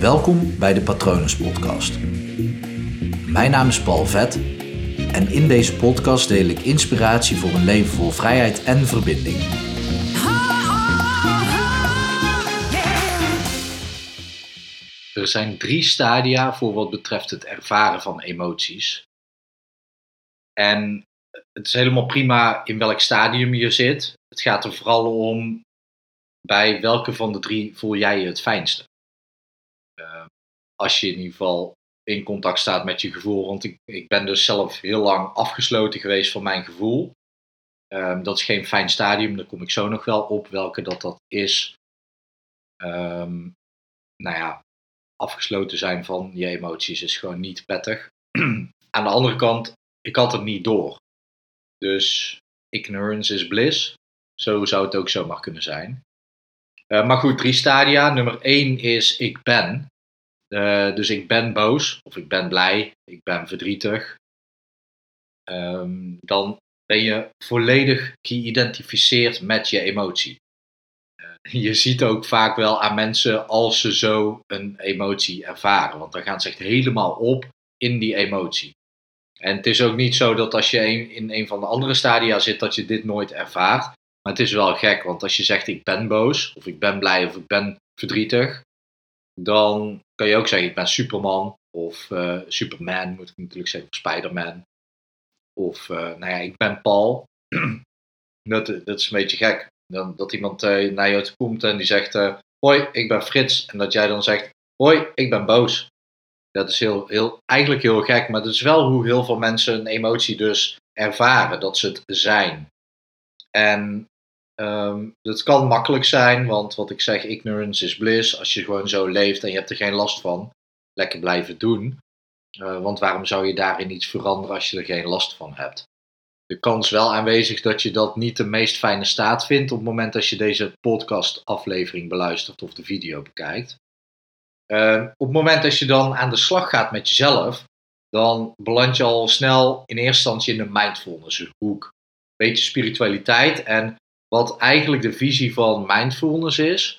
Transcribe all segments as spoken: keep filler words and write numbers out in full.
Welkom bij de Patronus Podcast. Mijn naam is Paul Vet en in deze podcast deel ik inspiratie voor een leven vol vrijheid en verbinding. Er zijn drie stadia voor wat betreft het ervaren van emoties. En het is helemaal prima in welk stadium je zit. Het gaat er vooral om bij welke van de drie voel jij je het fijnste. Uh, als je in ieder geval in contact staat met je gevoel. Want ik, ik ben dus zelf heel lang afgesloten geweest van mijn gevoel. Um, dat is geen fijn stadium, daar kom ik zo nog wel op welke dat dat is. Um, nou ja, afgesloten zijn van je emoties is gewoon niet prettig. Aan de andere kant, ik had het niet door. Dus ignorance is bliss. Zo zou het ook zomaar kunnen zijn. Uh, maar goed, drie stadia. Nummer één is ik ben. Uh, dus ik ben boos, of ik ben blij, ik ben verdrietig. Um, dan ben je volledig geïdentificeerd met je emotie. Uh, je ziet ook vaak wel aan mensen als ze zo een emotie ervaren. Want dan gaan ze echt helemaal op in die emotie. En het is ook niet zo dat als je in een van de andere stadia zit, dat je dit nooit ervaart. Maar het is wel gek, want als je zegt ik ben boos, of ik ben blij, of ik ben verdrietig, dan kan je ook zeggen ik ben Superman, of uh, Superman moet ik natuurlijk zeggen, of Spider-Man. Of uh, nou ja, ik ben Paul. dat, dat is een beetje gek. Dan, dat iemand uh, naar jou toe komt en die zegt, uh, hoi, ik ben Frits. En dat jij dan zegt, hoi, ik ben boos. Dat is heel, heel, eigenlijk heel gek, maar dat is wel hoe heel veel mensen een emotie dus ervaren, dat ze het zijn. En um, dat kan makkelijk zijn, want wat ik zeg, ignorance is bliss. Als je gewoon zo leeft en je hebt er geen last van, lekker blijven doen. Uh, want waarom zou je daarin iets veranderen als je er geen last van hebt? De kans wel aanwezig dat je dat niet de meest fijne staat vindt op het moment dat je deze podcast aflevering beluistert of de video bekijkt. Uh, op het moment dat je dan aan de slag gaat met jezelf, dan beland je al snel in eerste instantie in de mindfulness hoek. Beetje spiritualiteit. En wat eigenlijk de visie van mindfulness is,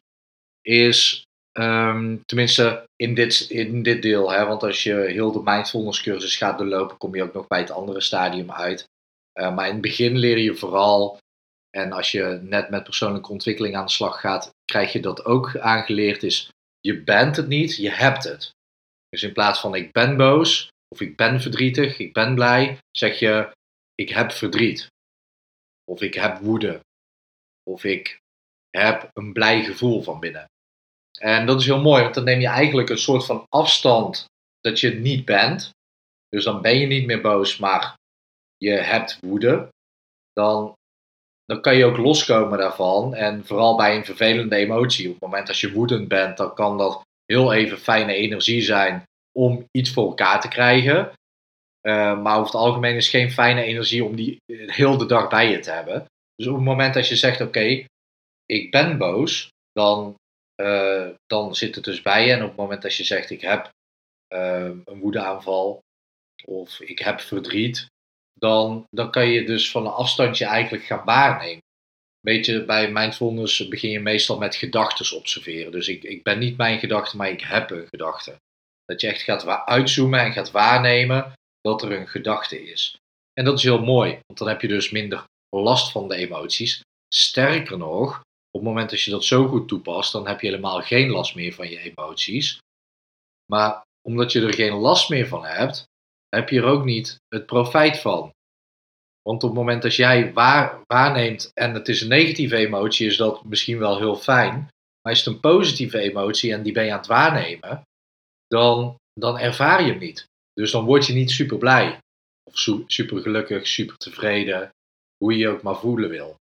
is um, tenminste in dit, in dit deel, hè, want als je heel de mindfulness cursus gaat doorlopen, kom je ook nog bij het andere stadium uit. Uh, maar in het begin leer je vooral, en als je net met persoonlijke ontwikkeling aan de slag gaat, krijg je dat ook aangeleerd, is je bent het niet, je hebt het. Dus in plaats van ik ben boos, of ik ben verdrietig, ik ben blij, zeg je ik heb verdriet. Of ik heb woede. Of ik heb een blij gevoel van binnen. En dat is heel mooi, want dan neem je eigenlijk een soort van afstand dat je het niet bent. Dus dan ben je niet meer boos, maar je hebt woede. Dan, dan kan je ook loskomen daarvan. En vooral bij een vervelende emotie. Op het moment dat je woedend bent, dan kan dat heel even fijne energie zijn om iets voor elkaar te krijgen. Uh, maar over het algemeen is geen fijne energie om die heel de dag bij je te hebben. Dus op het moment dat je zegt, oké, okay, ik ben boos, dan, uh, dan zit het dus bij je. En op het moment dat je zegt, ik heb uh, een woedeaanval of ik heb verdriet, dan, dan kan je dus van een afstandje eigenlijk gaan waarnemen. Weet je, bij mindfulness begin je meestal met gedachten observeren. Dus ik, ik ben niet mijn gedachte, maar ik heb een gedachte. Dat je echt gaat uitzoomen en gaat waarnemen dat er een gedachte is. En dat is heel mooi, want dan heb je dus minder last van de emoties. Sterker nog, op het moment dat je dat zo goed toepast, dan heb je helemaal geen last meer van je emoties. Maar omdat je er geen last meer van hebt, heb je er ook niet het profijt van. Want op het moment dat jij waar, waarneemt en het is een negatieve emotie, is dat misschien wel heel fijn. Maar is het een positieve emotie en die ben je aan het waarnemen, dan, dan ervaar je hem niet. Dus dan word je niet super blij, of super gelukkig, super tevreden, hoe je je ook maar voelen wil.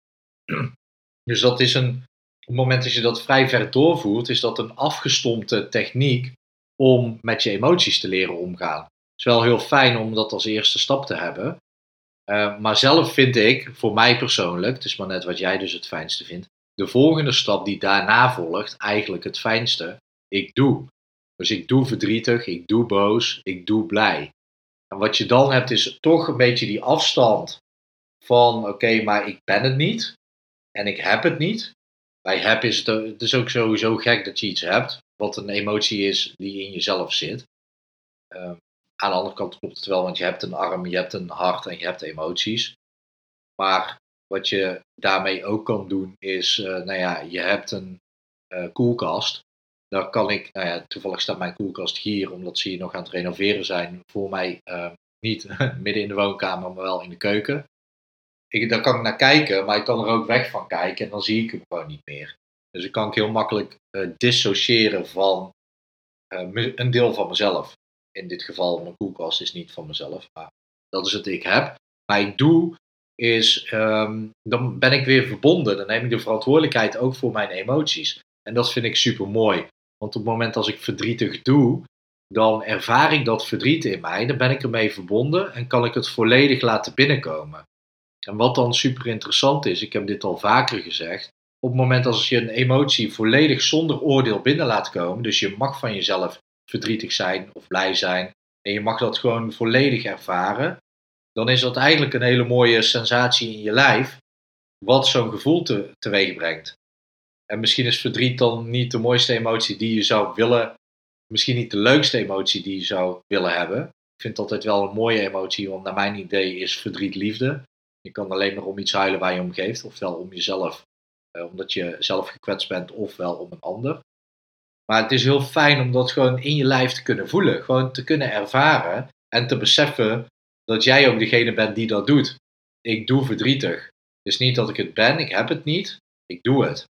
Dus dat is een, op het moment dat je dat vrij ver doorvoert, is dat een afgestompte techniek om met je emoties te leren omgaan. Het is wel heel fijn om dat als eerste stap te hebben. Uh, maar zelf vind ik, voor mij persoonlijk, het is maar net wat jij dus het fijnste vindt, de volgende stap die daarna volgt, eigenlijk het fijnste, ik doe. Dus ik doe verdrietig, ik doe boos, ik doe blij. En wat je dan hebt is toch een beetje die afstand van oké, okay, maar ik ben het niet en ik heb het niet. Bij heb is het, het is ook sowieso gek dat je iets hebt. wat een emotie is die in jezelf zit. Uh, aan de andere kant klopt het wel, want je hebt een arm, je hebt een hart en je hebt emoties. Maar wat je daarmee ook kan doen is, uh, nou ja, je hebt een uh, koelkast. Daar kan ik, nou ja, toevallig staat mijn koelkast hier, omdat ze hier nog aan het renoveren zijn. Voor mij uh, niet midden in de woonkamer, maar wel in de keuken. Ik, daar kan ik naar kijken, maar ik kan er ook weg van kijken en dan zie ik hem gewoon niet meer. Dus ik kan ik heel makkelijk uh, dissociëren van uh, een deel van mezelf. In dit geval, mijn koelkast is niet van mezelf, maar dat is het ik heb. Maar ik doe is, um, dan ben ik weer verbonden. Dan neem ik de verantwoordelijkheid ook voor mijn emoties. En dat vind ik super mooi. Want op het moment als ik verdrietig doe, dan ervaar ik dat verdriet in mij. Dan ben ik ermee verbonden en kan ik het volledig laten binnenkomen. En wat dan super interessant is, ik heb dit al vaker gezegd. Op het moment als je een emotie volledig zonder oordeel binnen laat komen. Dus je mag van jezelf verdrietig zijn of blij zijn. En je mag dat gewoon volledig ervaren. Dan is dat eigenlijk een hele mooie sensatie in je lijf, wat zo'n gevoel te, teweeg brengt. En misschien is verdriet dan niet de mooiste emotie die je zou willen, misschien niet de leukste emotie die je zou willen hebben. Ik vind het altijd wel een mooie emotie, want naar mijn idee is verdriet liefde. Je kan alleen maar om iets huilen waar je om geeft, ofwel om jezelf, eh, omdat je zelf gekwetst bent, ofwel om een ander. Maar het is heel fijn om dat gewoon in je lijf te kunnen voelen, gewoon te kunnen ervaren en te beseffen dat jij ook degene bent die dat doet. Ik doe verdrietig. Het is niet dat ik het ben, ik heb het niet, ik doe het.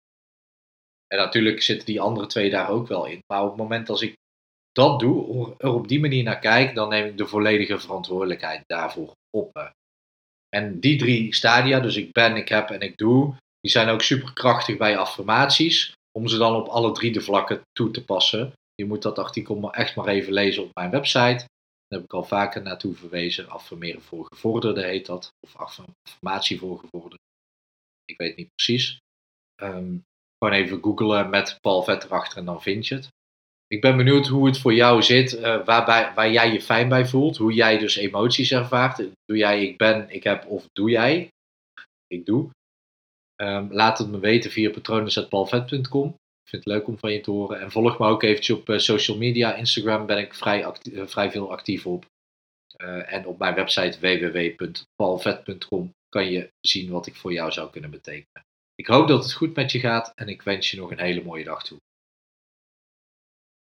En natuurlijk zitten die andere twee daar ook wel in. Maar op het moment als ik dat doe, er op die manier naar kijk, dan neem ik de volledige verantwoordelijkheid daarvoor op me. En die drie stadia, dus ik ben, ik heb en ik doe, die zijn ook superkrachtig bij affirmaties, om ze dan op alle drie de vlakken toe te passen. Je moet dat artikel maar echt maar even lezen op mijn website. Daar heb ik al vaker naartoe verwezen. Affirmeren voor gevorderden heet dat. Of affirmatie voor gevorderden. Ik weet niet precies. Um, gewoon even googlen met Paul Vet erachter en dan vind je het. Ik ben benieuwd hoe het voor jou zit. Uh, waarbij, waar jij je fijn bij voelt. Hoe jij dus emoties ervaart. Doe jij ik ben, ik heb of doe jij? Ik doe. Um, laat het me weten via patronen apenstaartje paul vet punt com. Ik vind het leuk om van je te horen. En volg me ook eventjes op uh, social media. Instagram ben ik vrij, actief, uh, vrij veel actief op. Uh, en op mijn website w w w punt paul vet punt com kan je zien wat ik voor jou zou kunnen betekenen. Ik hoop dat het goed met je gaat en ik wens je nog een hele mooie dag toe.